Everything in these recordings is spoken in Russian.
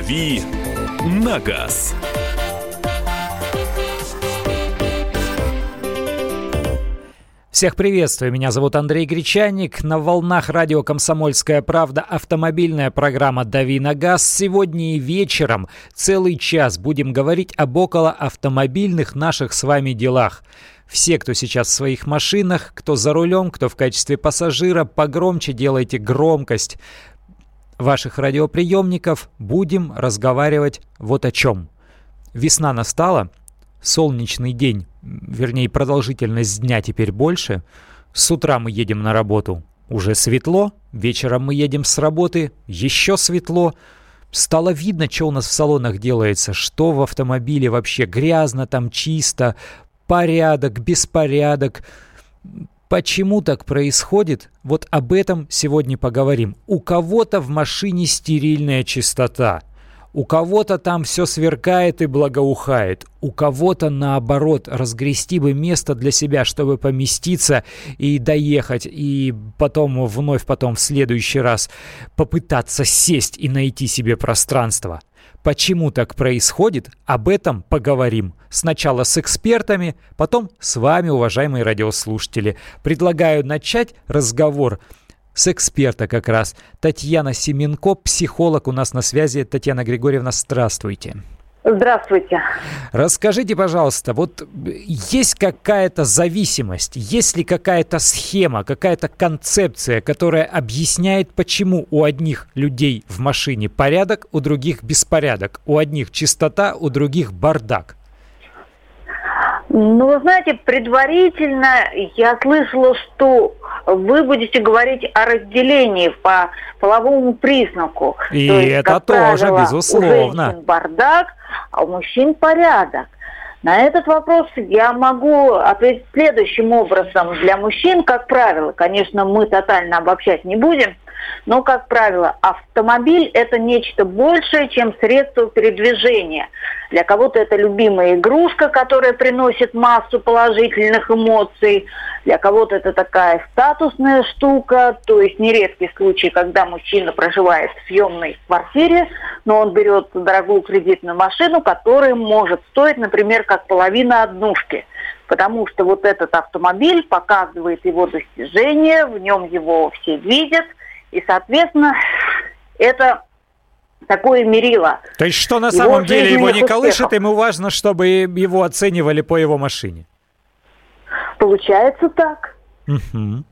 «Дави на газ». Всех приветствую, меня зовут Андрей Гречанник. На волнах радио «Комсомольская правда» автомобильная программа «Дави на газ». Сегодня и вечером целый час будем говорить об околоавтомобильных наших с вами делах. Все, кто сейчас в своих машинах, кто за рулем, кто в качестве пассажира, погромче делайте громкость ваших радиоприемников. Будем разговаривать вот о чем. Весна настала. Солнечный день, вернее, продолжительность дня теперь больше. С утра мы едем на работу, уже светло. Вечером мы едем с работы, еще светло. Стало видно, что у нас в салонах делается, что в автомобиле вообще грязно, там чисто, порядок, беспорядок. Почему так происходит? Вот об этом сегодня поговорим. У кого-то в машине стерильная чистота. У кого-то там все сверкает и благоухает. У кого-то, наоборот, разгрести бы место для себя, чтобы поместиться и доехать, и потом в следующий раз попытаться сесть и найти себе пространство. Почему так происходит? Об этом поговорим. Сначала с экспертами, потом с вами, уважаемые радиослушатели. Предлагаю начать разговор с эксперта как раз. Татьяна Семенко, психолог, у нас на связи. Татьяна Григорьевна, здравствуйте. Здравствуйте. Расскажите, пожалуйста, вот есть какая-то зависимость, есть ли какая-то схема, какая-то концепция, которая объясняет, почему у одних людей в машине порядок, у других беспорядок, у одних чистота, у других бардак? Ну, вы знаете, предварительно я слышала, что вы будете говорить о разделении по половому признаку. И то есть, это как тоже, правило, безусловно. у женщин бардак, а у мужчин порядок. На этот вопрос я могу ответить следующим образом. Для мужчин, как правило, конечно, мы тотально обобщать не будем, но, как правило, автомобиль – это нечто большее, чем средство передвижения. Для кого-то это любимая игрушка, которая приносит массу положительных эмоций. Для кого-то это такая статусная штука. То есть нередкий случай, когда мужчина проживает в съемной квартире, но он берет дорогую кредитную машину, которая может стоить, например, как половина однушки. Потому что вот этот автомобиль показывает его достижения, в нем его все видят. И, соответственно, это такое мерило. То есть, что на самом деле его не колышет, ему важно, чтобы его оценивали по его машине? Получается так. Угу.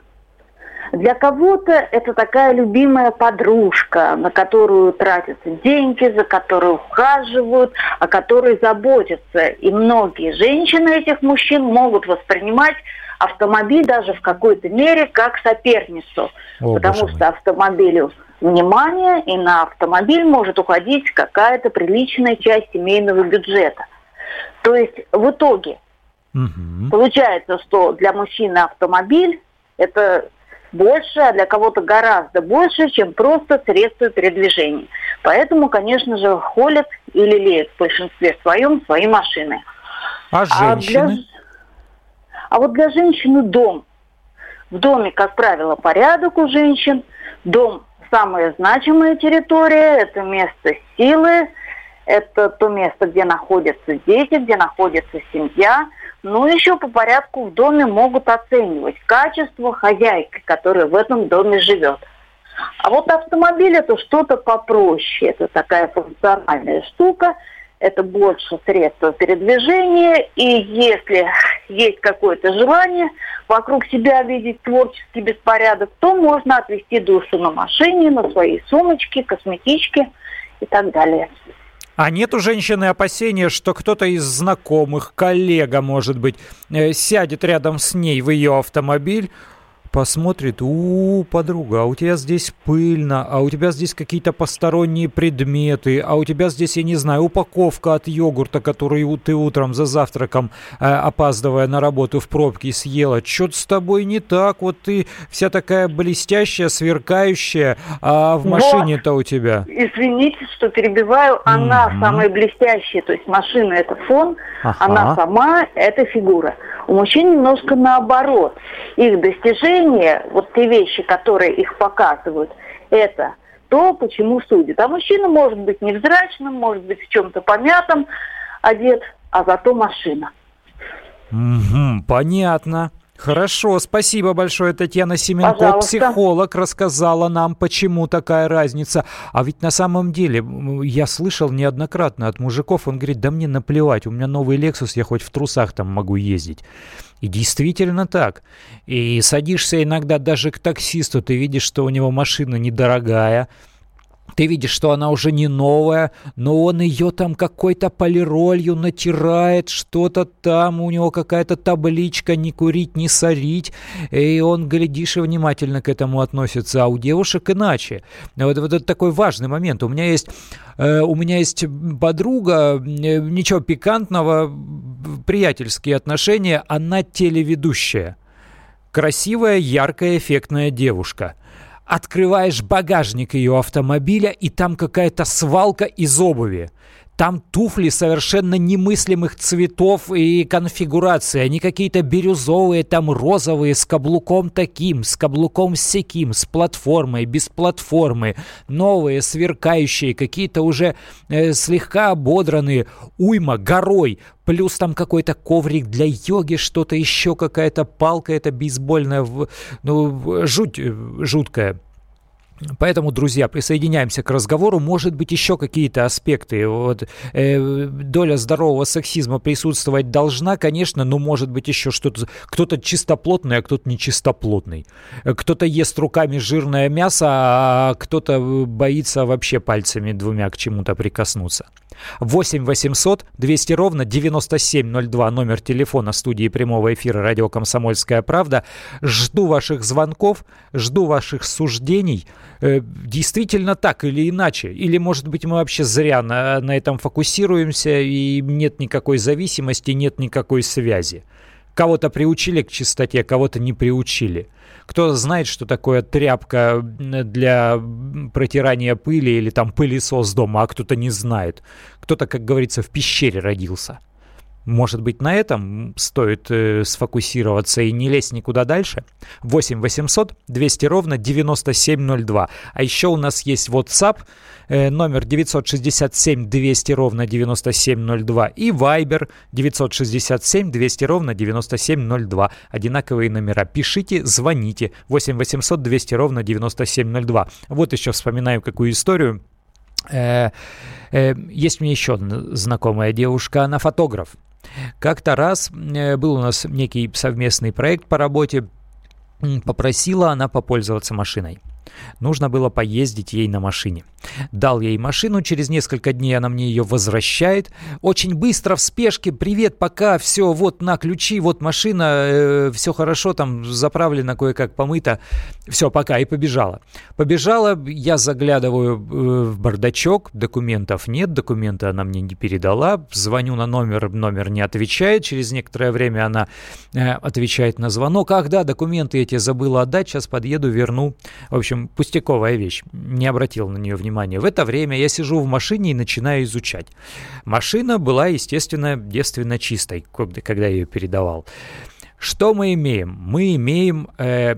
Для кого-то это такая любимая подружка, на которую тратятся деньги, за которую ухаживают, о которой заботятся. И многие женщины этих мужчин могут воспринимать автомобиль даже в какой-то мере как соперницу. Потому что автомобилю внимание, и на автомобиль может уходить какая-то приличная часть семейного бюджета. То есть в итоге получается, что для мужчины автомобиль это больше, а для кого-то гораздо больше, чем просто средство передвижения. Поэтому, конечно же, холят и лелеют в большинстве своем свои машины. А женщины? А вот для женщины дом. В доме, как правило, порядок у женщин. Дом – самая значимая территория, это место силы, это то место, где находятся дети, где находится семья. Ну, еще по порядку в доме могут оценивать качество хозяйки, которая в этом доме живет. А вот автомобиль – это что-то попроще. Это такая функциональная штука, это больше средство передвижения. И если есть какое-то желание вокруг себя видеть творческий беспорядок, то можно отвезти душу на машине, на свои сумочки, косметички и так далее. А нет у женщины опасения, что кто-то из знакомых, коллега, может быть, сядет рядом с ней в ее автомобиль, посмотрит: подруга, а у тебя здесь пыльно, а у тебя здесь какие-то посторонние предметы, а у тебя здесь, я не знаю, упаковка от йогурта, которую ты утром за завтраком, опаздывая на работу в пробке, съела. Что-то с тобой не так, вот ты вся такая блестящая, сверкающая, а в машине-то у тебя... Извините, что перебиваю, она самая блестящая, то есть машина – это фон, она сама – это фигура. У мужчин немножко наоборот. Их достижения, вот те вещи, которые их показывают, это то почему судят. А мужчина может быть невзрачным, может быть в чем-то помятом одет, а зато машина. Понятно. Хорошо, спасибо большое, Татьяна Семенко, пожалуйста. Психолог, рассказала нам, почему такая разница. А ведь на самом деле, я слышал неоднократно от мужиков, он говорит, да мне наплевать, у меня новый Lexus, я хоть в трусах там могу ездить. И действительно так. И садишься иногда даже к таксисту, ты видишь, что у него машина недорогая, ты видишь, что она уже не новая, но он ее там какой-то полиролью натирает, что-то там, у него какая-то табличка «не курить, не сорить», и он, глядишь, и внимательно к этому относится, а у девушек иначе. Вот это такой важный момент. У меня есть подруга, ничего пикантного, приятельские отношения, она телеведущая. Красивая, яркая, эффектная девушка. Открываешь багажник ее автомобиля, и там какая-то свалка из обуви. Там туфли совершенно немыслимых цветов и конфигурации. Они какие-то бирюзовые, там розовые, с каблуком таким, с каблуком сяким, с платформой, без платформы. Новые, сверкающие, какие-то уже слегка ободранные. Уйма, горой. Плюс там какой-то коврик для йоги, что-то еще, какая-то палка, это бейсбольная, жуть жуткая. Поэтому, друзья, присоединяемся к разговору. Может быть, еще какие-то аспекты. Доля здорового сексизма присутствовать должна, конечно, но может быть еще что-то. Кто-то чистоплотный, а кто-то нечистоплотный. Кто-то ест руками жирное мясо, а кто-то боится вообще пальцами двумя к чему-то прикоснуться. 8 800 200 ровно 9702, номер телефона студии прямого эфира радио «Комсомольская правда». Жду ваших звонков, жду ваших суждений. Действительно так или иначе? Или, может быть, мы вообще зря на этом фокусируемся, и нет никакой зависимости, нет никакой связи? Кого-то приучили к чистоте, кого-то не приучили. Кто знает, что такое тряпка для протирания пыли или там пылесос дома, а кто-то не знает. Кто-то, как говорится, в пещере родился. Может быть, на этом стоит сфокусироваться и не лезть никуда дальше? 8 800 200 ровно 9702. А еще у нас есть WhatsApp, номер 967 200 ровно 9702. И Viber 967 200 ровно 9702. Одинаковые номера. Пишите, звоните. 8 800 200 ровно 9702. Вот еще вспоминаю какую историю. Есть у меня еще одна знакомая девушка, она фотограф. Как-то раз был у нас некий совместный проект по работе, попросила она попользоваться машиной. Нужно было поездить ей на машине. Дал ей машину, через несколько дней она мне ее возвращает. Очень быстро, в спешке: привет, пока, все, вот на ключи, вот машина, все хорошо, там заправлено, кое-как помыто, все, пока, и побежала. Побежала, я заглядываю в бардачок, документов нет, документы она мне не передала, звоню на номер не отвечает, через некоторое время она отвечает на звонок: ах да, документы эти забыла отдать, сейчас подъеду, верну. В общем, пустяковая вещь, не обратил на нее внимания. В это время я сижу в машине и начинаю изучать. Машина была, естественно, девственно чистой, когда я ее передавал. Что мы имеем? Мы имеем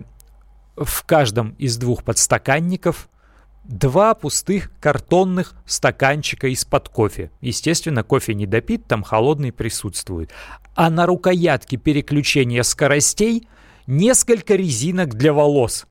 в каждом из двух подстаканников 2 пустых картонных стаканчика из-под кофе. Естественно, кофе не допит, там холодный присутствует. А на рукоятке переключения скоростей несколько резинок для волос.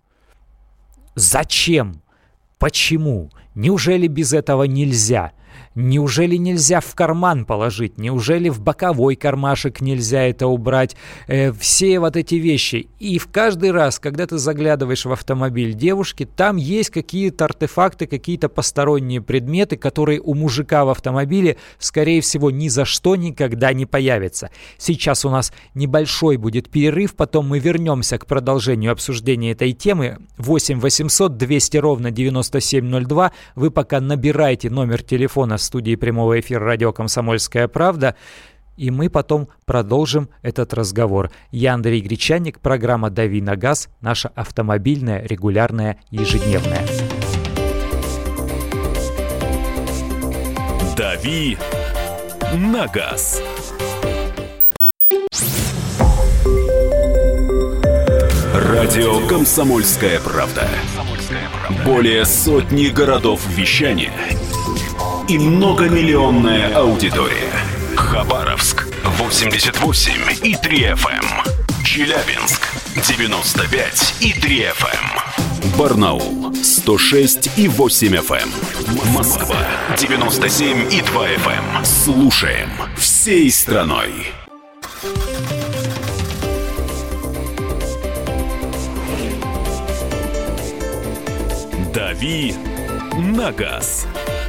Зачем? Почему? Неужели без этого нельзя? Неужели нельзя в карман положить? Неужели в боковой кармашек нельзя это убрать? Все вот эти вещи. И в каждый раз, когда ты заглядываешь в автомобиль девушки, там есть какие-то артефакты, какие-то посторонние предметы, которые у мужика в автомобиле, скорее всего, ни за что никогда не появятся. Сейчас у нас небольшой будет перерыв, потом мы вернемся к продолжению обсуждения этой темы. 8 800 200 ровно 9702. Вы пока набирайте номер телефона в студии прямого эфира радио «Комсомольская правда», и мы потом продолжим этот разговор. Я Андрей Гречанник, программа «Дави на газ», наша автомобильная, регулярная, ежедневная. «Дави на газ». Радио «Комсомольская правда». Более сотни городов вещания и многомиллионная аудитория. Хабаровск 88,3 FM. Челябинск 95,3 FM. Барнаул 106,8 FM. Москва 97,2 FM. Слушаем всей страной. «Дави на газ».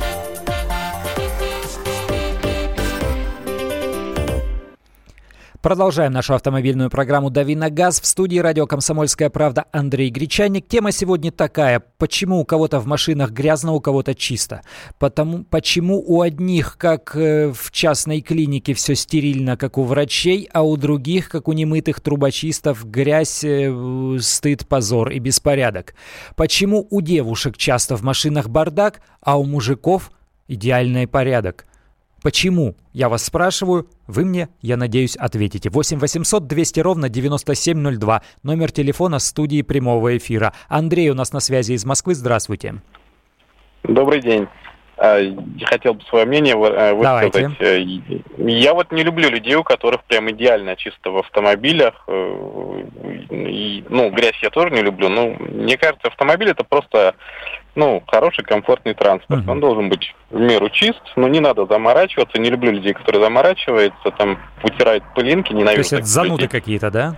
Продолжаем нашу автомобильную программу «Дави на газ». В студии радио «Комсомольская правда» Андрей Гречанник. Тема сегодня такая: почему у кого-то в машинах грязно, у кого-то чисто? Почему у одних, как в частной клинике, все стерильно, как у врачей, а у других, как у немытых трубочистов, грязь, стыд, позор и беспорядок? Почему у девушек часто в машинах бардак, а у мужиков идеальный порядок? Почему? Я вас спрашиваю, вы мне, я надеюсь, ответите. 8 800 200 ровно 9702. Номер телефона студии прямого эфира. Андрей у нас на связи из Москвы. Здравствуйте. Добрый день. Я хотел бы свое мнение высказать. Давайте. Я вот не люблю людей, у которых прям идеально чисто в автомобилях. Грязь я тоже не люблю. Но мне кажется, автомобиль это просто хороший, комфортный транспорт. Он должен быть в меру чист, но не надо заморачиваться. Не люблю людей, которые заморачиваются, там утирают пылинки, ненавижу. То есть это зануды какие-то, да?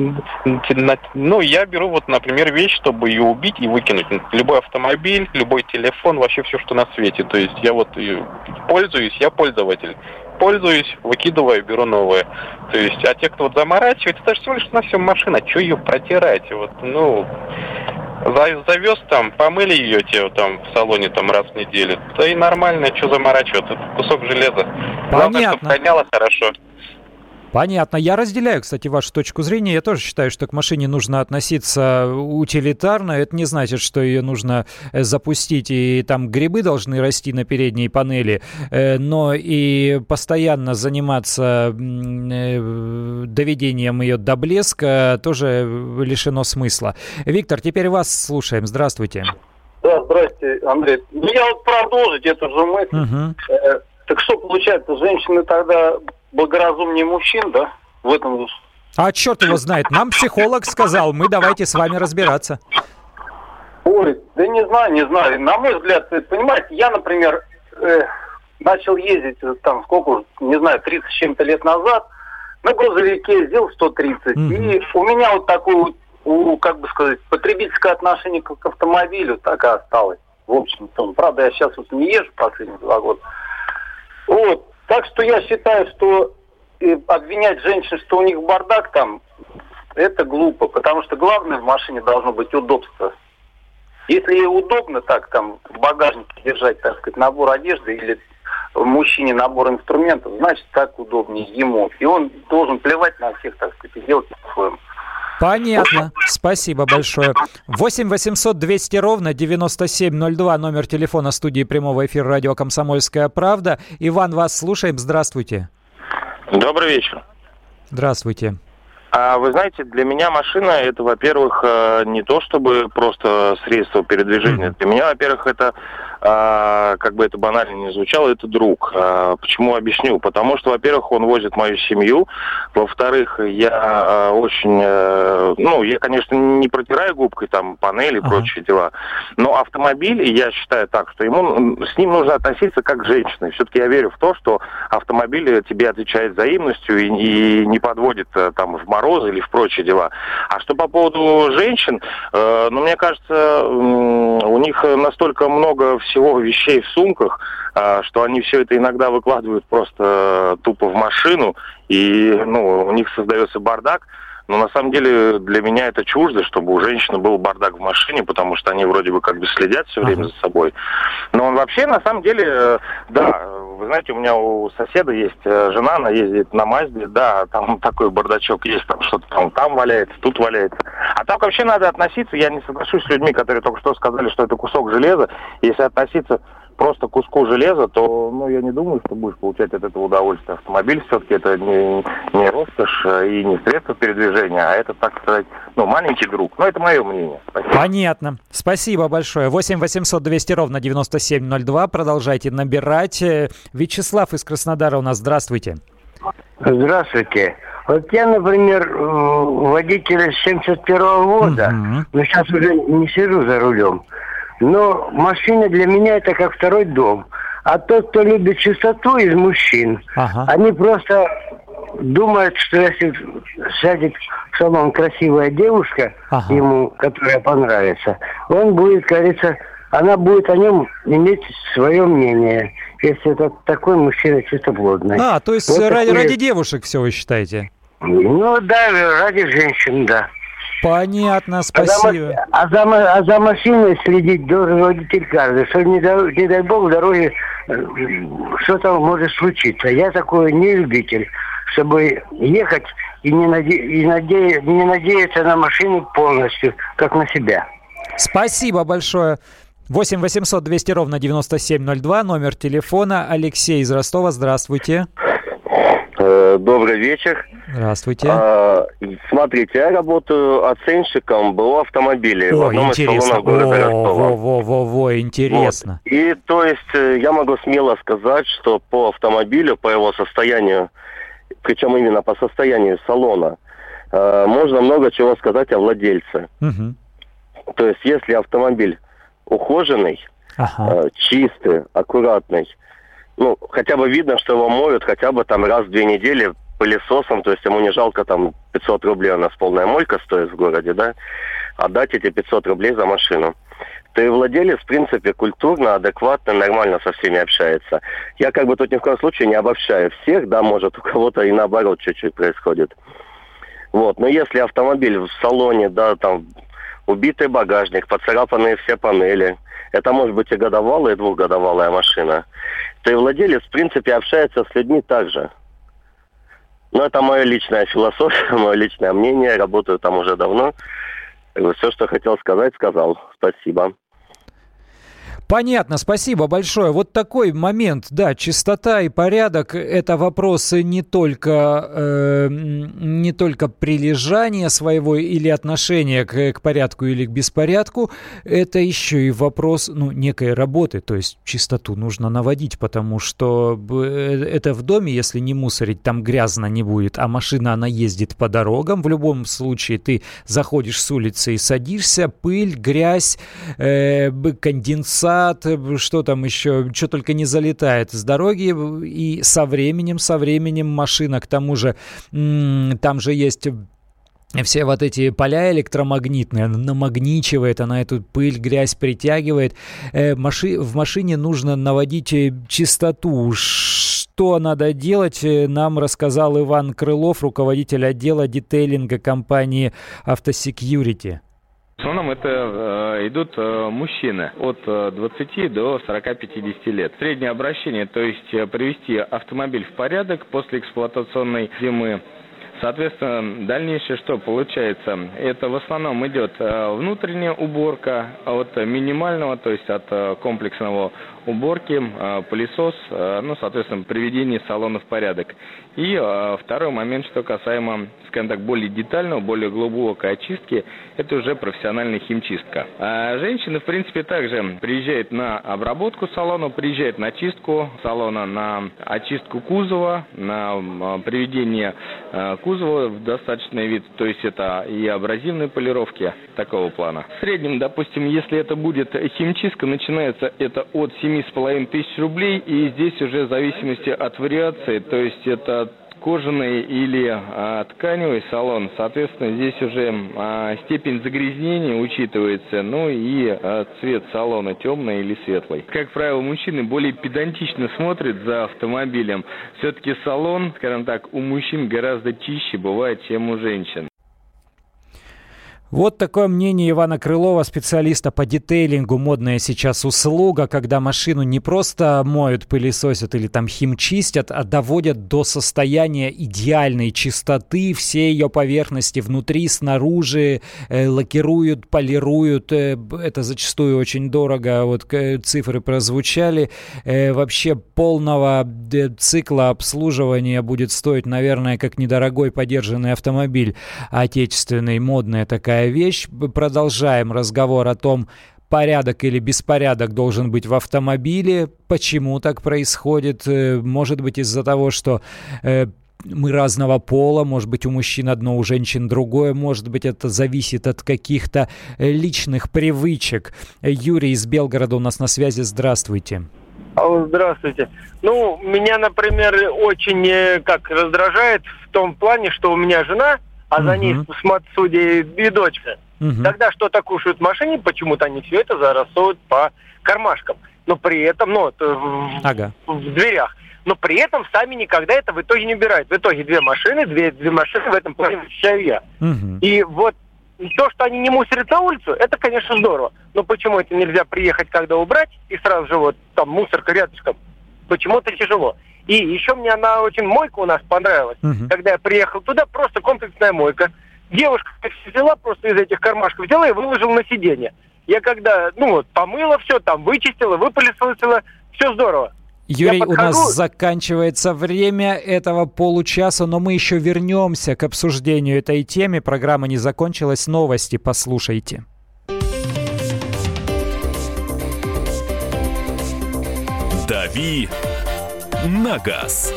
Я беру, например, вещь, чтобы ее убить и выкинуть. Любой автомобиль, любой телефон, вообще все, что на свете. То есть я пользуюсь, я пользователь. Пользуюсь, выкидываю, беру новое. То есть, а те, кто заморачивается, это же всего лишь на всем машина. Что ее протирать? Завез помыли ее в салоне раз в неделю. Да и нормально, что заморачиваться. Это кусок железа. Главное, чтобы гоняло хорошо. Понятно. Я разделяю, кстати, вашу точку зрения. Я тоже считаю, что к машине нужно относиться утилитарно. Это не значит, что ее нужно запустить, и там грибы должны расти на передней панели, но и постоянно заниматься доведением ее до блеска тоже лишено смысла. Виктор, теперь вас слушаем. Здравствуйте. Да, здрасте, Андрей. Я продолжить эту же мысль. Угу. Так что получается, женщины тогда благоразумнее мужчин, да? В этом. А черт его знает. Нам психолог сказал, мы давайте с вами разбираться. Ой, да не знаю. На мой взгляд, понимаете, я, например, начал ездить 30 с чем-то лет назад, на грузовике ездил 130. И у меня такое, потребительское отношение к автомобилю так и осталось. В общем-то, правда, я сейчас не езжу последние 2 года. Так что я считаю, что обвинять женщин, что у них бардак это глупо, потому что главное в машине должно быть удобство. Если ей удобно в багажнике держать, набор одежды или мужчине набор инструментов, значит, так удобнее ему. И он должен плевать на всех, и делать по-своему. Понятно. Спасибо большое. 8 800 200 ровно 9702. Номер телефона студии прямого эфира радио «Комсомольская правда». Иван, вас слушаем. Здравствуйте. Добрый вечер. Здравствуйте. Вы знаете, для меня машина это, во-первых, не то чтобы просто средство передвижения. Для меня, во-первых, это, как бы это банально не звучало, это друг. Почему объясню? Потому что, во-первых, он возит мою семью. Во-вторых, я очень... я, конечно, не протираю губкой панели и прочие дела. Но автомобиль, я считаю так, что с ним нужно относиться как к женщине. Все-таки я верю в то, что автомобиль тебе отвечает взаимностью и не подводит в морозы или в прочие дела. А что по поводу женщин, мне кажется, у них настолько много всего вещей в сумках, что они все это иногда выкладывают просто тупо в машину, и у них создается бардак. Но на самом деле для меня это чуждо, чтобы у женщины был бардак в машине, потому что они вроде бы следят все время за собой. Но он вообще, на самом деле, да, вы знаете, у меня у соседа есть жена, она ездит на Мазде, да, там такой бардачок есть, там что-то там валяется, тут валяется. А так вообще надо относиться, я не соглашусь с людьми, которые только что сказали, что это кусок железа. Если относиться просто к куску железа, то, я не думаю, что будешь получать от этого удовольствие. Автомобиль все-таки это не роскошь и не средство передвижения, а это, так сказать, маленький друг. Но это мое мнение. Спасибо. Понятно. Спасибо большое. 8 800 200 ровно 9702. Продолжайте набирать. Вячеслав из Краснодара у нас. Здравствуйте. Здравствуйте. Вот я, например, водитель 71-го года, но сейчас уже не сижу за рулем. Но машина для меня это как второй дом. А тот, кто любит чистоту из мужчин, они просто думают, что если сядет в салон красивая девушка, ему, которая понравится, он будет, кажется, она будет о нем иметь свое мнение, если это такой мужчина чистоплотный. То есть вот ради девушек все вы считаете? Да, ради женщин, да. Понятно, спасибо. А за машиной следить должен водитель каждый, что не дай бог в дороге что-то может случиться. Я такой не любитель, чтобы ехать и не надеяться на машину полностью, как на себя. Спасибо большое. 8 800 200 ровно 9702, номер телефона. Алексей из Ростова, здравствуйте. Добрый вечер. Здравствуйте. Смотрите, я работаю оценщиком БУ автомобилей в одном из салонов города Ростова. Интересно. Вот. И то есть я могу смело сказать, что по автомобилю, по его состоянию, причем именно по состоянию салона, можно много чего сказать о владельце. То есть если автомобиль ухоженный, чистый, аккуратный, хотя бы видно, что его моют хотя бы там раз в 2 недели пылесосом, то есть ему не жалко там 500 рублей, у нас полная мойка стоит в городе, да, отдать эти 500 рублей за машину. То и владелец, в принципе, культурно, адекватно, нормально со всеми общается. Я тут ни в коем случае не обобщаю всех, да, может у кого-то и наоборот чуть-чуть происходит. Вот, но если автомобиль в салоне, да, там убитый багажник, поцарапанные все панели, это может быть и годовалая, и 2-годовалая машина, то и владелец, в принципе, общается с людьми так же. Но это моя личная философия, мое личное мнение, работаю там уже давно. Все, что хотел сказать, сказал. Спасибо. Понятно, спасибо большое. Вот такой момент, да, чистота и порядок – это вопросы не только прилежания своего или отношения к порядку или к беспорядку, это еще и вопрос, некой работы, то есть чистоту нужно наводить, потому что это в доме, если не мусорить, там грязно не будет, а машина, она ездит по дорогам, в любом случае ты заходишь с улицы и садишься, пыль, грязь, конденсат, что там еще, что только не залетает с дороги, и со временем машина, к тому же, там же есть все вот эти поля электромагнитные, она намагничивает, она эту пыль, грязь притягивает. В машине нужно наводить чистоту. Что надо делать, нам рассказал Иван Крылов, руководитель отдела детейлинга компании «Автосекьюрити». В основном это идут мужчины от 20 до 40-50 лет. Среднее обращение, то есть привести автомобиль в порядок после эксплуатационной зимы. Соответственно, дальнейшее что получается? Это в основном идет внутренняя уборка от минимального, то есть от комплексного уборки, пылесос, соответственно, приведение салона в порядок. И второй момент, что касаемо, скажем так, более детального, более глубокой очистки, это уже профессиональная химчистка. А женщины, в принципе, также приезжают на обработку салона, приезжают на чистку салона, на очистку кузова, на приведение кузова в достаточный вид, то есть это и абразивные полировки такого плана. В среднем, допустим, если это будет химчистка, начинается это от 7,5 тысяч рублей, и здесь уже в зависимости от вариации, то есть это кожаный или тканевый салон, соответственно, здесь уже степень загрязнения учитывается, и цвет салона темный или светлый. Как правило, мужчины более педантично смотрят за автомобилем. Все-таки салон, скажем так, у мужчин гораздо чище бывает, чем у женщин. Вот такое мнение Ивана Крылова, специалиста по детейлингу. Модная сейчас услуга, когда машину не просто моют, пылесосят или там химчистят, а доводят до состояния идеальной чистоты. Все ее поверхности внутри, снаружи лакируют, полируют. Это зачастую очень дорого. Вот цифры прозвучали. Вообще полного цикла обслуживания будет стоить, наверное, как недорогой подержанный автомобиль отечественный. Модная такая вещь. Продолжаем разговор о том, порядок или беспорядок должен быть в автомобиле, почему так происходит. Может быть, из-за того, что мы разного пола, может быть, у мужчин одно, у женщин другое, может быть, это зависит от каких-то личных привычек. Юрий из Белгорода у нас на связи. Здравствуйте. Здравствуйте. Меня, например, очень раздражает в том плане, что у меня жена, а за ней, судя, и дочка. Когда что-то кушают в машине, почему-то они все это зарасовывают по кармашкам. Но при этом, в дверях. Но при этом сами никогда это в итоге не убирают. В итоге две машины в этом плане защищаю я. И вот то, что они не мусорят на улицу, это, конечно, здорово. Но почему это нельзя приехать, когда убрать, и сразу же вот там мусорка рядышком? Почему-то тяжело. И еще мне мойка у нас понравилась. Когда я приехал туда, просто комплексная мойка. Девушка взяла просто из этих кармашков, взяла и выложила на сиденье. Я когда, помыла все, там вычистила, выпылесосила, все здорово. Юрий, у нас заканчивается время этого получаса, но мы еще вернемся к обсуждению этой темы. Программа не закончилась, новости послушайте. «Дави на газ».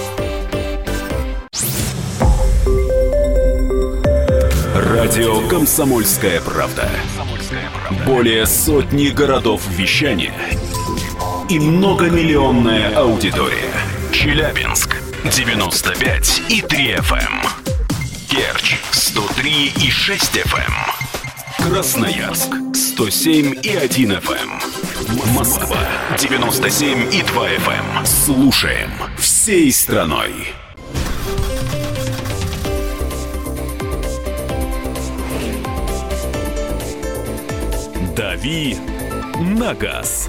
Радио «Комсомольская правда». Более сотни городов вещания и многомиллионная аудитория. Челябинск 95,3 FM. Керчь 103,6 FM. Красноярск 107,1 FM. Москва 97,2 FM. Слушаем всей страной. «Дави на газ».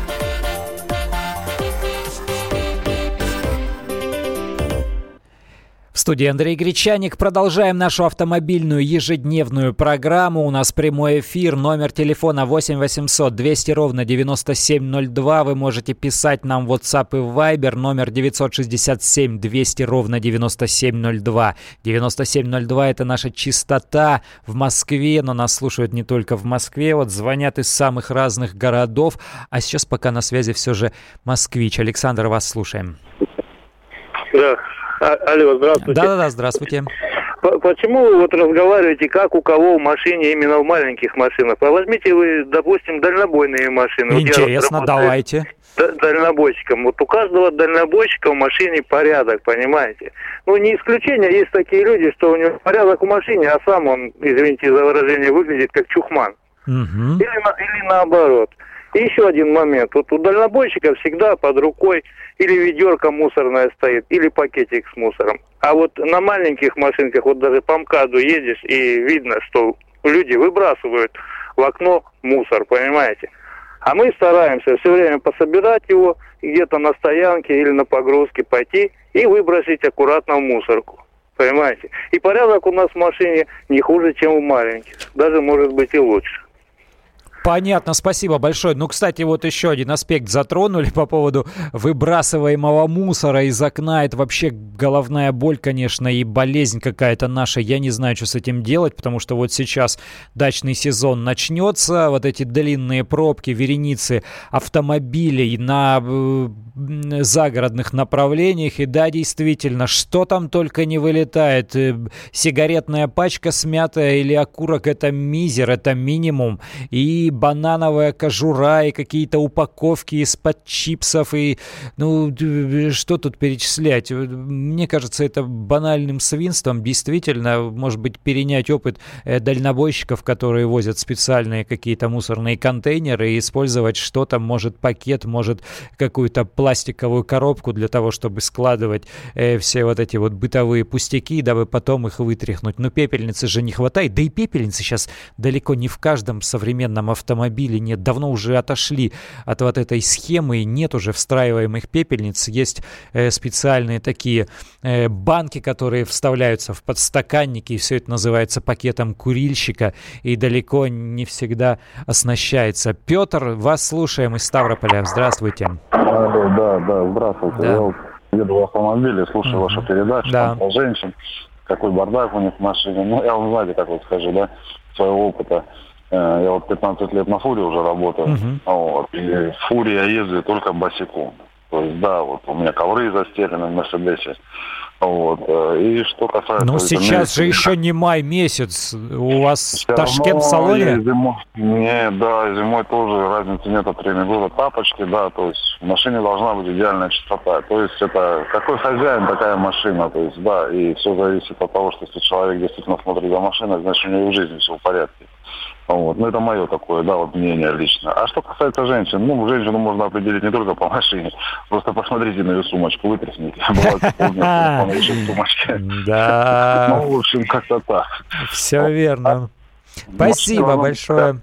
В студии Андрей Гречаник. Продолжаем нашу автомобильную ежедневную программу. У нас прямой эфир. Номер телефона 8 800 200 ровно 9702. Вы можете писать нам в WhatsApp и Viber. Номер 967 200 ровно 9702. 9702 — это наша частота в Москве, но нас слушают не только в Москве. Вот звонят из самых разных городов. А сейчас пока на связи все же москвич. Александр, вас слушаем. Да. Алло, здравствуйте. Да, здравствуйте. Почему вы разговариваете, как у кого в машине, именно в маленьких машинах? Возьмите вы, допустим, дальнобойные машины. Интересно, давайте. Дальнобойщиком. Вот у каждого дальнобойщика в машине порядок, понимаете? Не исключение, есть такие люди, что у него порядок в машине, а сам он, извините за выражение, выглядит как чухман. Или наоборот. И еще один момент. Вот у дальнобойщика всегда под рукой или ведерко мусорное стоит, или пакетик с мусором. А вот на маленьких машинках, вот даже по МКАДу едешь, и видно, что люди выбрасывают в окно мусор, понимаете? А мы стараемся все время пособирать его, где-то на стоянке или на погрузке пойти и выбросить аккуратно в мусорку. Понимаете? И порядок у нас в машине не хуже, чем у маленьких. Даже, может быть, и лучше. Понятно, спасибо большое. Кстати, вот еще один аспект затронули по поводу выбрасываемого мусора из окна. Это вообще головная боль, конечно, и болезнь какая-то наша. Я не знаю, что с этим делать, потому что вот сейчас дачный сезон начнется. Вот эти длинные пробки, вереницы автомобилей на загородных направлениях. И да, действительно, что там только не вылетает. Сигаретная пачка смятая или окурок — это мизер, это минимум. И банановая кожура, и какие-то упаковки из-под чипсов, и, что тут перечислять? Мне кажется, это банальным свинством. Действительно, может быть, перенять опыт дальнобойщиков, которые возят специальные какие-то мусорные контейнеры, и использовать что-то, может, пакет, может, какую-то пластиковую коробку для того, чтобы складывать все вот эти вот бытовые пустяки, дабы потом их вытряхнуть. Но пепельницы же не хватает. Да и пепельницы сейчас далеко не в каждом современном автомобиле нет. Давно уже отошли от вот этой схемы, и нет уже встраиваемых пепельниц. Есть специальные такие банки, которые вставляются в подстаканники, и все это называется пакетом курильщика, и далеко не всегда оснащается. Петр, вас слушаем из Ставрополя. Здравствуйте. Да, здравствуйте. Да. Я еду в автомобиле, слушаю вашу передачу, да. Про женщин, какой бардак у них в машине. Я вам, знаете, как вот скажу, да, своего опыта. Я вот 15 лет на фуре уже работаю, и в фуре я езжу только босиком. То есть, да, вот у меня ковры застелены в Мерседесе. И что касается... сейчас же еще не май месяц. У вас Ташкент в салоне? Зимой тоже разницы нет от времени года. Тапочки, да, то есть в машине должна быть идеальная чистота. То есть это какой хозяин, такая машина. То есть, да, и все зависит от того, что если человек действительно смотрит за машиной, значит, у него в жизни все в порядке. Это мое такое, да, вот мнение лично. А что касается женщин, женщину можно определить не только по машине. Просто посмотрите на ее сумочку, вытрясните. Бывает полная сумочка. Да. В общем, как-то так. Все верно. Спасибо большое.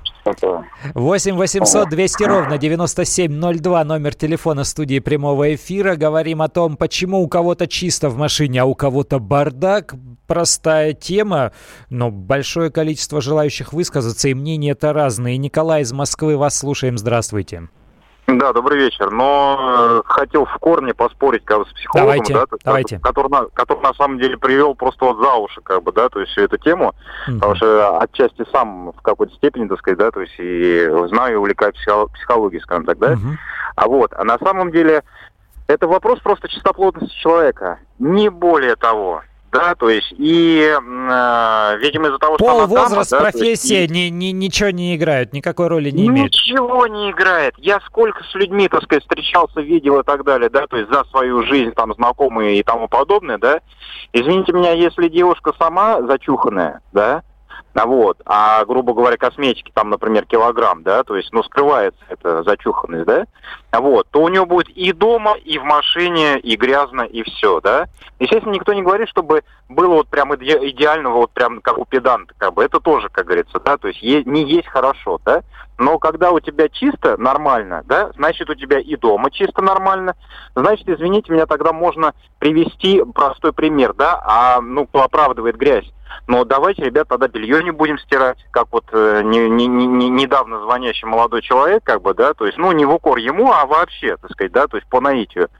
8 800 200 ровно 9702, номер телефона студии прямого эфира. Говорим о том, почему у кого-то чисто в машине, а у кого-то бардак. Простая тема, но большое количество желающих высказаться, и мнения-то разные. Николай из Москвы, вас слушаем. Здравствуйте. Да, добрый вечер. Но хотел в корне поспорить с психологом, давайте. Который на самом деле привел просто вот за уши, то есть всю эту тему, потому что отчасти сам в какой-то степени, так сказать, да, то есть и знаю и увлекаюсь психологией, скажем так, да. А на самом деле это вопрос просто чистоплотности человека, не более того. Да, то есть, и, видимо, из-за того, что пол, возраст, профессия ничего не играют, никакой роли не имеет. Ничего не играет. Я сколько с людьми, так сказать, встречался, видел и так далее, да, то есть за свою жизнь, там, знакомые и тому подобное, да. Извините меня, если девушка сама зачуханная, да, а, грубо говоря, косметики, там, например, килограмм, да, то есть, скрывается эта зачуханность, да, то у нее будет и дома, и в машине, и грязно, и все, да. Естественно, никто не говорит, чтобы было вот прям идеально, вот прям как у педанта, это тоже, как говорится, да, то есть не есть хорошо, да, но когда у тебя чисто, нормально, да, значит, у тебя и дома чисто нормально, значит, извините меня, тогда можно привести простой пример, да, оправдывает грязь. Но давайте, ребят, тогда белье не будем стирать, как вот недавно звонящий молодой человек, да, то есть, не в укор ему, а вообще, так сказать, да, то есть по наитию.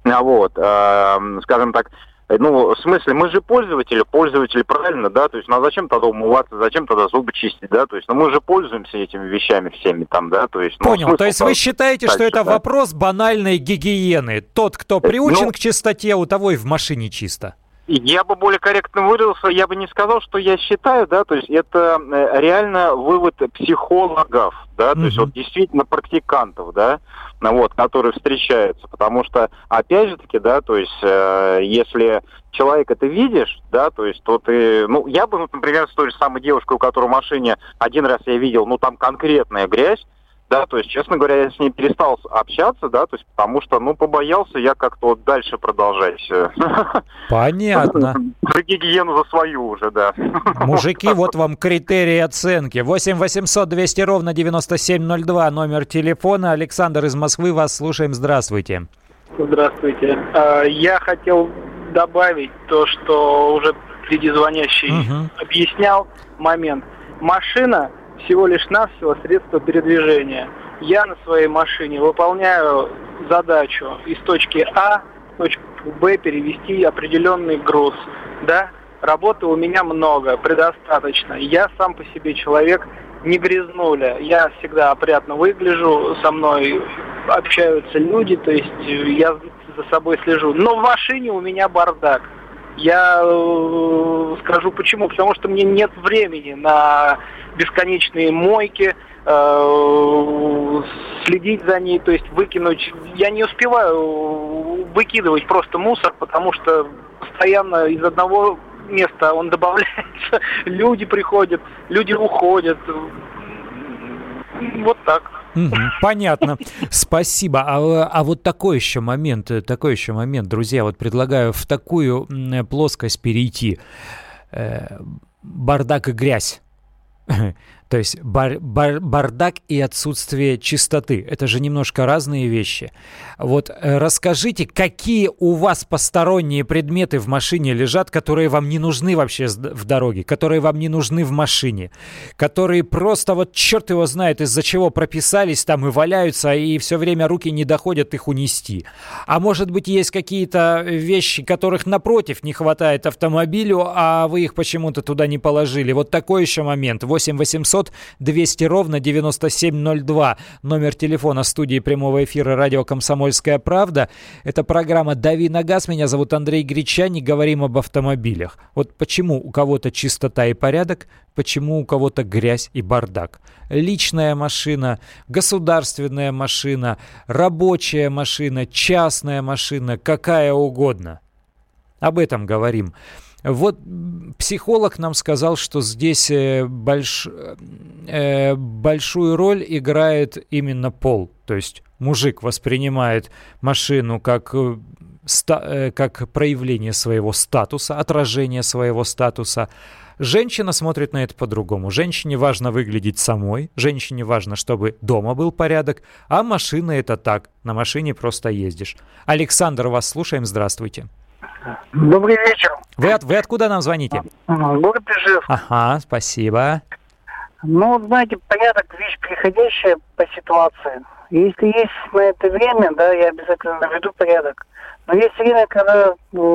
Скажем так, в смысле, мы же пользователи правильно, да, то есть, а зачем тогда умываться, зачем тогда зубы чистить, да, то есть, мы же пользуемся этими вещами всеми там, да, то есть... Понял, то есть вы считаете, что это вопрос банальной гигиены? Тот, кто приучен к чистоте, у того и в машине чисто. Я бы более корректно выразился, я бы не сказал, что я считаю, да, то есть это реально вывод психологов, да, то есть вот действительно практикантов, да, которые встречаются, потому что, опять же таки, да, то есть если человека ты видишь, да, то есть то ты, я бы, например, с той же самой девушкой, у которой в машине один раз я видел, там конкретная грязь, да, то есть, честно говоря, я с ней перестал общаться, да, то есть, потому что, побоялся я как-то дальше продолжать. Понятно. За гигиену за свою уже, да. Мужики, вот вам критерии оценки. 8 800 200 ровно 9702, номер телефона. Александр из Москвы, вас слушаем. Здравствуйте. Здравствуйте. Я хотел добавить то, что уже впереди звонящий объяснял момент. Машина всего лишь навсего средство передвижения. Я на своей машине выполняю задачу из точки А в точку Б перевести определенный груз. Да, работы у меня много, предостаточно. Я сам по себе человек не грязнуля. Я всегда опрятно выгляжу, со мной общаются люди, то есть я за собой слежу. Но в машине у меня бардак. Я скажу почему. Потому что мне нет времени на бесконечные мойки, следить за ней, то есть выкинуть. Я не успеваю выкидывать просто мусор, потому что постоянно из одного места он добавляется. Люди приходят, люди уходят. Вот так. Понятно. Спасибо. А вот такой еще момент, друзья, вот предлагаю в такую плоскость перейти. Бардак и грязь. То есть бардак и отсутствие чистоты. Это же немножко разные вещи. Вот расскажите, какие у вас посторонние предметы в машине лежат, которые вам не нужны вообще в дороге, которые вам не нужны в машине, которые просто вот черт его знает из-за чего прописались там и валяются, и все время руки не доходят их унести. А может быть есть какие-то вещи, которых напротив не хватает автомобилю, а вы их почему-то туда не положили. Вот такой еще момент. 8 800 200 ровно 9702. Номер телефона студии прямого эфира радио «Комсомольская правда». Это программа «Дави на газ». Меня зовут Андрей Гречаник. Говорим об автомобилях. Вот почему у кого-то чистота и порядок, почему у кого-то грязь и бардак. Личная машина, государственная машина, рабочая машина, частная машина, какая угодно. Об этом говорим. Вот психолог нам сказал, что здесь большую роль играет именно пол. То есть мужик воспринимает машину как проявление своего статуса, отражение своего статуса. Женщина смотрит на это по-другому. Женщине важно выглядеть самой, женщине важно, чтобы дома был порядок, а машина это так, на машине просто ездишь. Александр, вас слушаем, здравствуйте. Добрый вечер. Вы откуда нам звоните? Город Ижевск. Ага, спасибо. Ну, знаете, порядок – вещь приходящая по ситуации. Если есть на это время, да, я обязательно наведу порядок. Но есть время, когда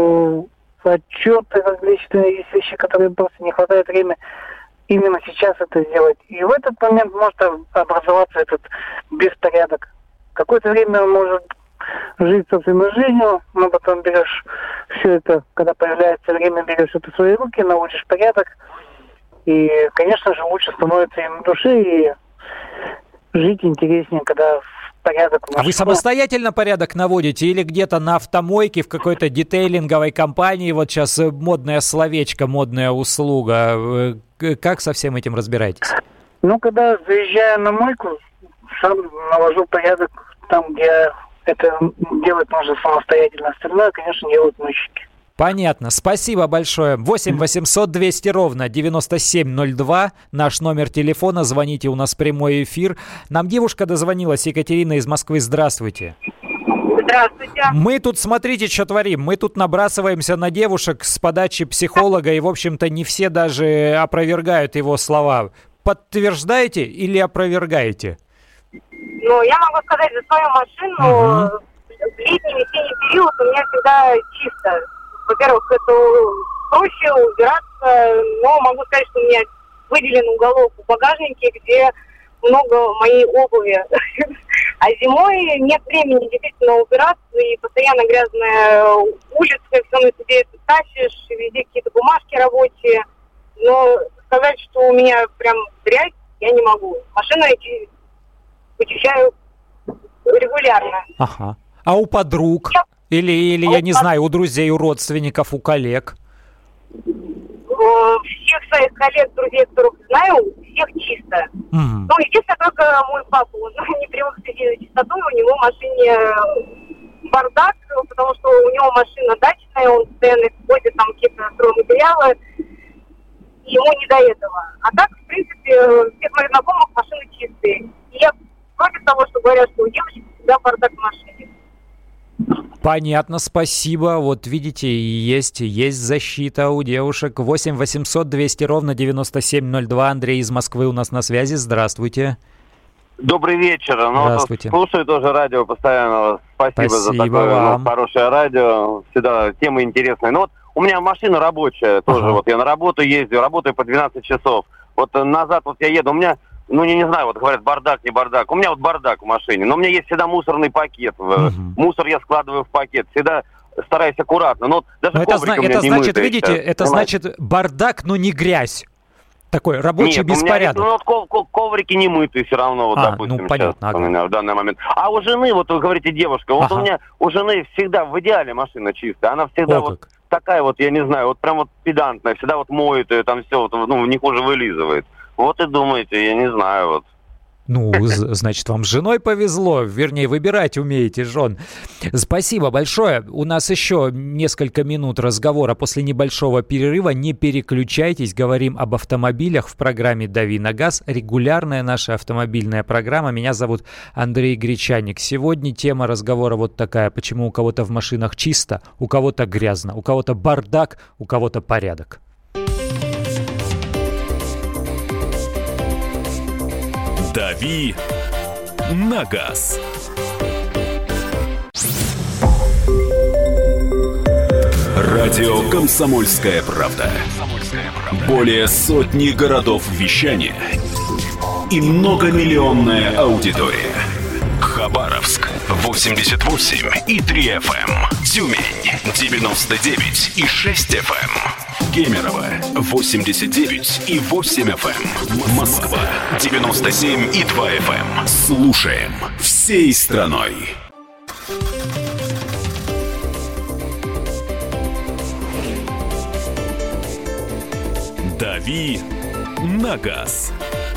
отчеты различные, есть вещи, которые просто не хватает времени именно сейчас это сделать. И в этот момент может образоваться этот беспорядок. Какое-то время он может жить собственной жизнью, но потом берешь все это, когда появляется время, берешь это в свои руки, наводишь порядок, и, конечно же, лучше становится и на душе, и жить интереснее, когда порядок. А вы самостоятельно порядок наводите или где-то на автомойке в какой-то детейлинговой компании? Вот сейчас модное словечко, модная услуга. Как со всем этим разбираетесь? Ну, когда заезжаю на мойку, сам навожу порядок там, где это делать можно самостоятельно. Остальное, конечно, делают мойщики. Понятно. Спасибо большое. 8 800 200 ровно 9702. Наш номер телефона. Звоните, у нас прямой эфир. Нам девушка дозвонилась, Екатерина из Москвы. Здравствуйте. Здравствуйте. Мы тут, смотрите, что творим. Мы тут набрасываемся на девушек с подачи психолога, и, в общем-то, не все даже опровергают его слова. Подтверждаете или опровергаете? Ну, я могу сказать за свою машину, в летний, весенний период у меня всегда чисто. Во-первых, это проще убираться, но могу сказать, что у меня выделен уголок в багажнике, где много моей обуви. А зимой нет времени действительно убираться, и постоянно грязная улица, все равно себе это тащишь, везде какие-то бумажки рабочие. Но сказать, что у меня прям грязь, я не могу. Машину я вычищаю регулярно. Ага. А у подруг? Или я не знаю, у друзей, у родственников, у коллег? Всех своих коллег, друзей, которых знаю, всех чисто. Ну, естественно, только мой папа, он не привык следить за чистотой, у него в машине бардак, потому что у него машина дачная, он постоянно использует там какие-то стройматериалы, и ему не до этого. А так, в принципе, всех моих знакомых машины чистые. И я против того, что говорят, что у девочек всегда бардак в машине. Понятно, спасибо. Вот видите, есть защита у девушек. 8 800 200 ровно 9702. Андрей из Москвы у нас на связи. Здравствуйте. Добрый вечер. Здравствуйте. Слушаю тоже радио постоянно. Спасибо за такое хорошее радио. Всегда темы интересные. Ну вот у меня машина рабочая тоже. Вот я на работу ездил, работаю по 12 часов. Вот назад вот я еду, у меня... Ну, не знаю, вот говорят, бардак, не бардак. У меня вот бардак в машине, но у меня есть всегда мусорный пакет. Мусор я складываю в пакет. Всегда стараюсь аккуратно. Но даже это значит, видите, сейчас, это значит бардак, но не грязь. Такой рабочий беспорядок. Нет, коврики не мытые все равно, вот, допустим, понятно, сейчас, в данный момент. А у жены, вот вы говорите, девушка, вот у меня у жены всегда в идеале машина чистая. Она всегда вот такая вот, я не знаю, вот прям вот педантная, всегда вот моет ее, там все, вот, ну, в них уже вылизывает. Вот и думаете, я не знаю, вот. Ну, значит, вам с женой повезло. Вернее, выбирать умеете жен. Спасибо большое. У нас еще несколько минут разговора после небольшого перерыва. Не переключайтесь. Говорим об автомобилях в программе «Дави на газ». Регулярная наша автомобильная программа. Меня зовут Андрей Гречаник. Сегодня тема разговора вот такая. Почему у кого-то в машинах чисто, у кого-то грязно, у кого-то бардак, у кого-то порядок. «Дави на газ». Радио «Комсомольская правда». Более сотни городов вещания и многомиллионная аудитория. Хабаровск 88,3 FM. Тюмень 99,6 FM. Кемерово 89,8 FM. Москва 97,2 FM. Слушаем всей страной. «Дави на газ».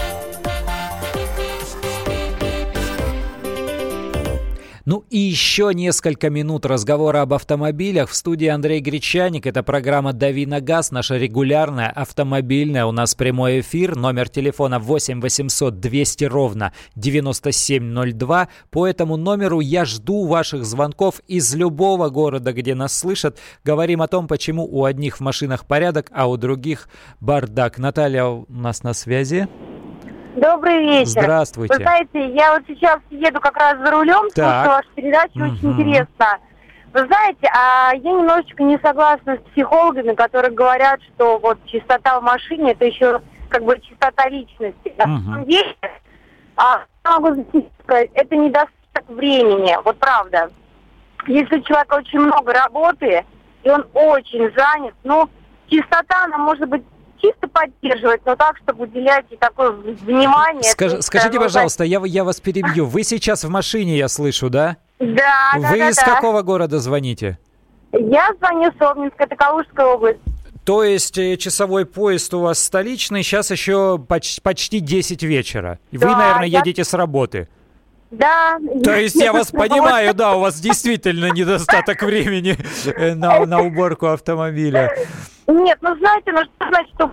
Ну и еще несколько минут разговора об автомобилях. В студии Андрей Гречаник. Это программа «Дави на газ», наша регулярная автомобильная. У нас прямой эфир. Номер телефона 8 800 200 ровно 9702. По этому номеру я жду ваших звонков из любого города, где нас слышат. Говорим о том, почему у одних в машинах порядок, а у других бардак. Наталья у нас на связи. Добрый вечер. Здравствуйте. Вы знаете, я вот сейчас еду как раз за рулем, слушаю вашу передачу, очень интересно. Вы знаете, я немножечко не согласна с психологами, которые говорят, что вот чистота в машине, это еще как бы чистота личности. На самом деле, могу сказать, это недостаток времени, вот правда. Если у человека очень много работы, и он очень занят, ну, чистота, она может быть чисто поддерживать, но так, чтобы уделять и такое внимание. Скажите, пожалуйста, я вас перебью. Вы сейчас в машине, я слышу, да? Да. Вы из какого города звоните? Я звоню с Обнинска, это Калужская область. То есть часовой поезд у вас столичный, сейчас еще почти 10 вечера. Вы, наверное, едете с работы. Да. То есть я вас понимаю, да, у вас действительно недостаток времени на уборку автомобиля. Нет, ну знаете, ну что значит, что...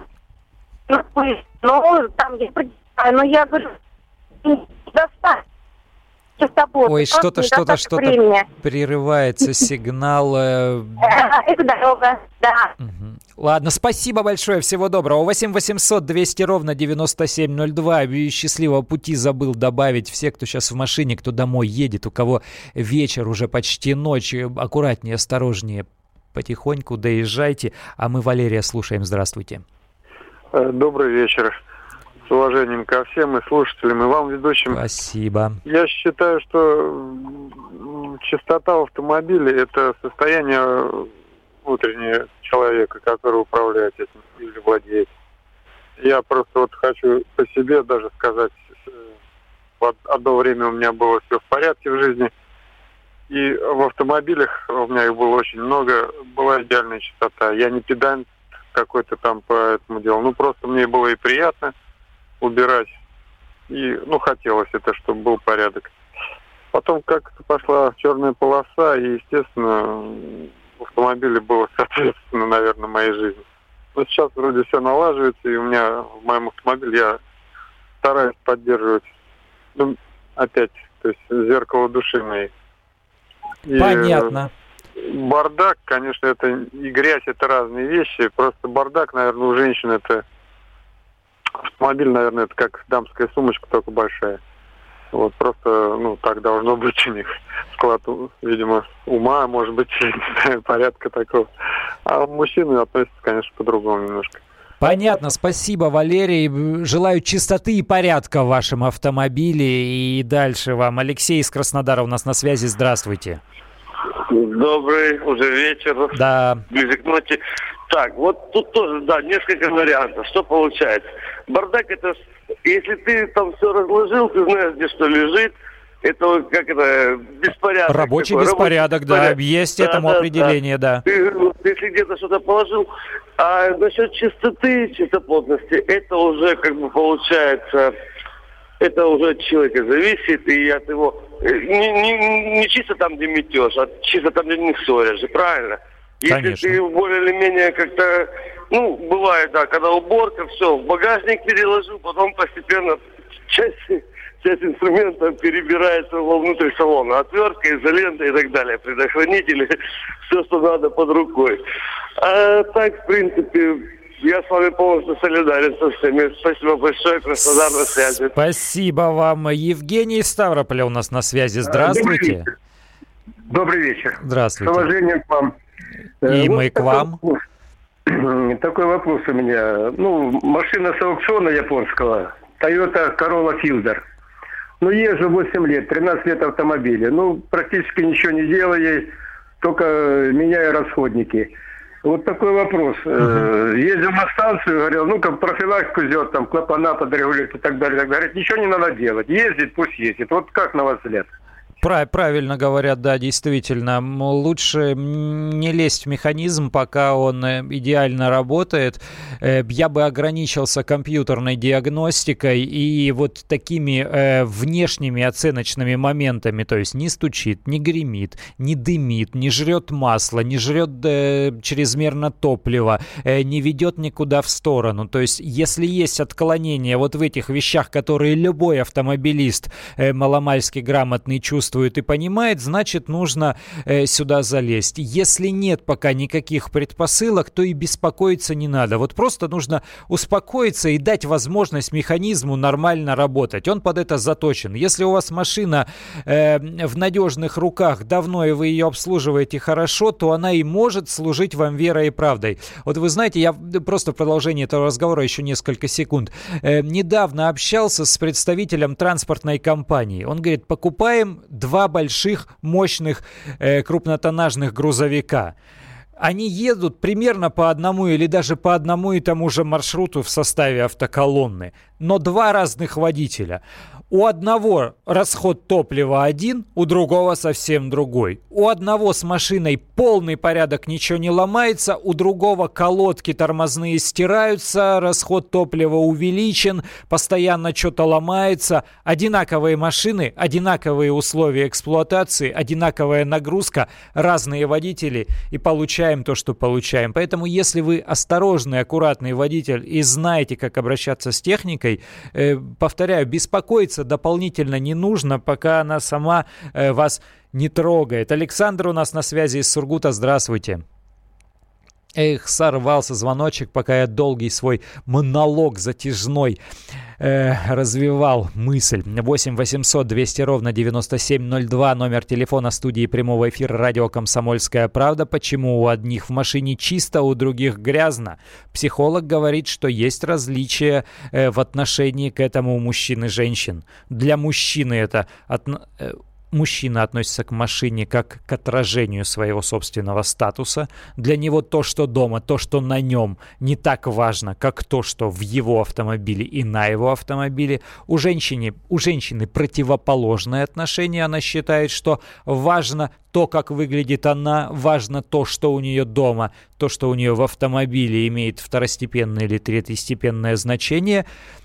Ну, там я прочитаю, но я говорю, достать. Ой, что-то прерывается сигнал. Это дорога, да. Ладно, спасибо большое, всего доброго. 8 800 200 ровно 9702. Счастливого пути забыл добавить. Все, кто сейчас в машине, кто домой едет, у кого вечер, уже почти ночь, аккуратнее, осторожнее, потихоньку доезжайте. А мы Валерия слушаем. Здравствуйте. Добрый вечер. С уважением ко всем и слушателям, и вам, ведущим. Спасибо. Я считаю, что чистота в автомобиле – это состояние внутреннее человека, который управляет этим или владеет. Я просто вот хочу по себе даже сказать, одно время у меня было все в порядке в жизни, и в автомобилях, у меня их было очень много, была идеальная чистота. Я не педант какой-то там по этому делу, ну просто мне было и приятно убирать. И, хотелось это, чтобы был порядок. Потом как-то пошла черная полоса, и, естественно, в автомобиле было, соответственно, наверное, моей жизни. Но сейчас вроде все налаживается, и у меня в моем автомобиле я стараюсь поддерживать, опять, то есть зеркало души моей. И понятно. Бардак, конечно, это и грязь, это разные вещи. Просто бардак, наверное, у женщин это... Автомобиль, наверное, это как дамская сумочка, только большая. Вот просто, так должно быть у них. Склад, видимо, ума, может быть, не знаю, порядка такого. А мужчины относятся, конечно, по-другому немножко. Понятно, спасибо, Валерий. Желаю чистоты и порядка в вашем автомобиле. И дальше вам. Алексей из Краснодара у нас на связи. Здравствуйте. Добрый уже вечер. Да. Ближе к ночи. Так, вот тут тоже, да, несколько вариантов. Что получается? Бардак это, если ты там все разложил, ты знаешь, где что лежит, это как это, беспорядок. Рабочий такой, беспорядок, да, есть да, этому определение, да. Ты, если где-то что-то положил, а насчет чистоты, чистоплотности, это уже как бы получается, это уже от человека зависит, и от его, не чисто там, где метешь, а чисто там, где не ссоришь, правильно? Если Конечно. ты более или менее как-то, бывает, да, когда уборка, все, в багажник переложил, потом постепенно часть инструментов перебирается вовнутрь салона. Отвертка, изолента и так далее. Предохранители, все, что надо под рукой. А так, в принципе, я с вами полностью солидарен со всеми. Спасибо большое, Краснодар на связи. Спасибо вам. Евгений из Ставрополя у нас на связи. Здравствуйте. Добрый вечер. Здравствуйте. С уважением к вам. И мы к вам. Такой вопрос у меня. Машина с аукциона японского. Toyota Corolla Fielder. Езжу 8 лет, 13 лет автомобиля. Практически ничего не делаю, только меняю расходники. Вот такой вопрос. Ездил на станцию, говорил, как профилактику сделать, там, клапана подрегулировать и так далее. Говорят, ничего не надо делать. Ездит, пусть ездит. Вот как на ваш взгляд? Правильно говорят, да, действительно. Лучше не лезть в механизм, пока он идеально работает. Я бы ограничился компьютерной диагностикой и вот такими внешними оценочными моментами. То есть не стучит, не гремит, не дымит, не жрет масло, не жрет чрезмерно топлива, не ведет никуда в сторону. То есть если есть отклонения вот в этих вещах, которые любой автомобилист маломальски грамотный чувствует и понимает, значит, нужно сюда залезть. Если нет пока никаких предпосылок, то и беспокоиться не надо. Вот просто нужно успокоиться и дать возможность механизму нормально работать. Он под это заточен. Если у вас машина в надежных руках давно, и вы ее обслуживаете хорошо, то она и может служить вам верой и правдой. Вот вы знаете, я просто в продолжении этого разговора еще несколько секунд. Недавно общался с представителем транспортной компании. Он говорит, покупаем 2 больших, мощных, крупнотоннажных грузовика. Они едут примерно по одному или даже по одному и тому же маршруту в составе автоколонны, но 2 разных водителя. У одного расход топлива один, у другого совсем другой. У одного с машиной полный порядок, ничего не ломается, у другого колодки тормозные стираются, расход топлива увеличен, постоянно что-то ломается. Одинаковые машины, одинаковые условия эксплуатации, одинаковая нагрузка, разные водители, и получаем то, что получаем. Поэтому если вы осторожный, аккуратный водитель и знаете, как обращаться с техникой, повторяю, беспокоиться дополнительно не нужно, пока она сама вас не трогает. Александр у нас на связи из Сургута. Здравствуйте. Сорвался звоночек, пока я долгий свой монолог затяжной развивал мысль. 8 800 200 ровно 9702, номер телефона студии прямого эфира радио «Комсомольская правда». Почему у одних в машине чисто, у других грязно? Психолог говорит, что есть различия в отношении к этому у мужчин и женщин. Для мужчины это мужчина относится к машине как к отражению своего собственного статуса. Для него то, что дома, то, что на нем, не так важно, как то, что в его автомобиле и на его автомобиле. У женщины противоположное отношение. Она считает, что важно то, как выглядит она, важно то, что у нее дома, то, что у нее в автомобиле имеет второстепенное или третьестепенное значение.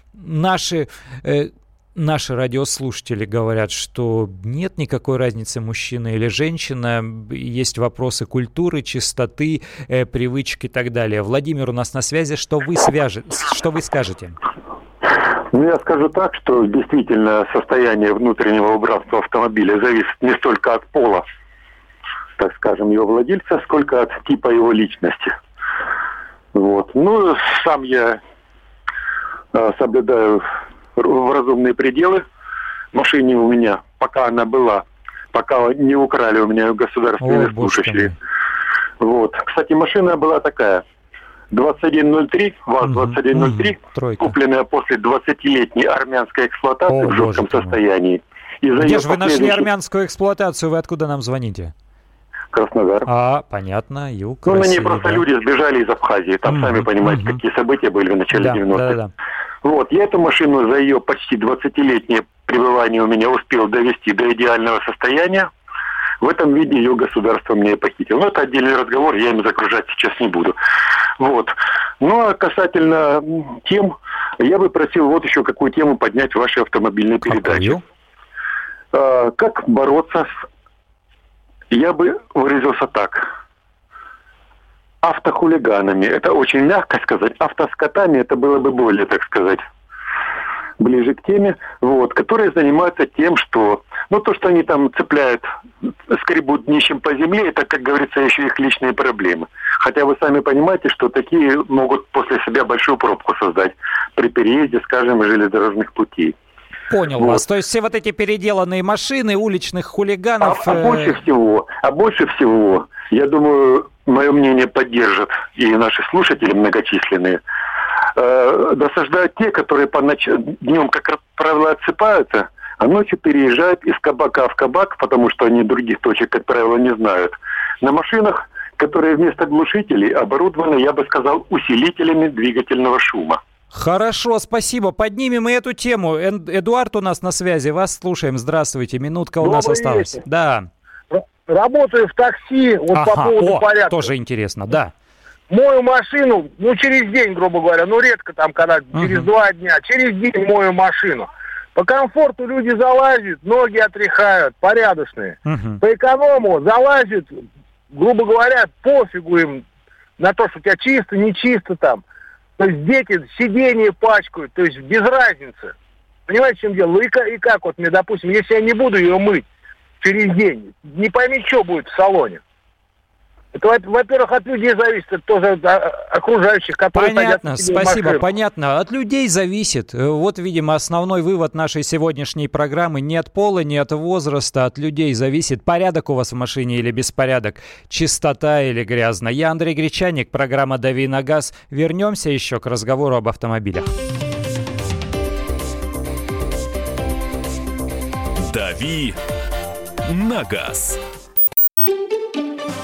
Наши радиослушатели говорят, что нет никакой разницы, мужчина или женщина. Есть вопросы культуры, чистоты, привычек и так далее. Владимир у нас на связи. Что вы скажете? Я скажу так, что действительно состояние внутреннего убранства автомобиля зависит не столько от пола, так скажем, его владельца, сколько от типа его личности. Сам я соблюдаю в разумные пределы. Машине у меня, пока она была, пока не украли у меня государственные служащие. Кстати, машина была такая. 2103, ВАЗ-2103, купленная после 20-летней армянской эксплуатации в жутком состоянии. Где же вы нашли армянскую эксплуатацию? Вы откуда нам звоните? Краснодар. Понятно, юг. Ну, России, на ней просто люди сбежали из Абхазии. Там, сами понимаете, какие события были в начале 90-х. Да. Вот, я эту машину за ее почти 20-летнее пребывание у меня успел довести до идеального состояния. В этом виде ее государство мне похитило. Но это отдельный разговор, я им загружать сейчас не буду. Вот. Ну, а касательно тем, я бы просил вот еще какую тему поднять в вашей автомобильной передаче. Как бороться с... Я бы выразился так. Автохулиганами. Это очень мягко сказать. Автоскотами это было бы более, так сказать, ближе к теме. Вот. Которые занимаются тем, что... Ну, то, что они там цепляют, скребут днищем по земле, это, как говорится, еще их личные проблемы. Хотя вы сами понимаете, что такие могут после себя большую пробку создать при переезде, скажем, железнодорожных путей. Понял вас. То есть все вот эти переделанные машины, уличных хулиганов... Больше всего, я думаю, мое мнение поддержат и наши слушатели многочисленные, досаждают те, которые днем, как правило, отсыпаются, а ночью переезжают из кабака в кабак, потому что они других точек, как правило, не знают. На машинах, которые вместо глушителей оборудованы, я бы сказал, усилителями двигательного шума. Хорошо, спасибо. Поднимем и эту тему. Эдуард у нас на связи. Вас слушаем. Здравствуйте. Минутка у нас осталась. Вечер. Да. Работаю в такси, вот по поводу порядка. Тоже интересно, да. Мою машину, через день, грубо говоря, редко там, когда через 2 дня, через день мою машину. По комфорту люди залазят, ноги отряхают, порядочные. По эконому залазят, грубо говоря, пофигу им на то, что у тебя чисто, не чисто там. То есть дети сиденье пачкают, то есть без разницы. Понимаете, в чем дело? И как вот мне, допустим, если я не буду ее мыть через день, не пойми, что будет в салоне. Это, во-первых, от людей зависит, это тоже от окружающих, которые понятно, садятся в спасибо, машину. понятно. От людей зависит. Вот, видимо, основной вывод нашей сегодняшней программы: не от пола, не от возраста, от людей зависит. Порядок у вас в машине или беспорядок, чистота или грязно. Я Андрей Гречаник, программа «Дави на газ». Вернемся еще к разговору об автомобилях. «Дави на газ».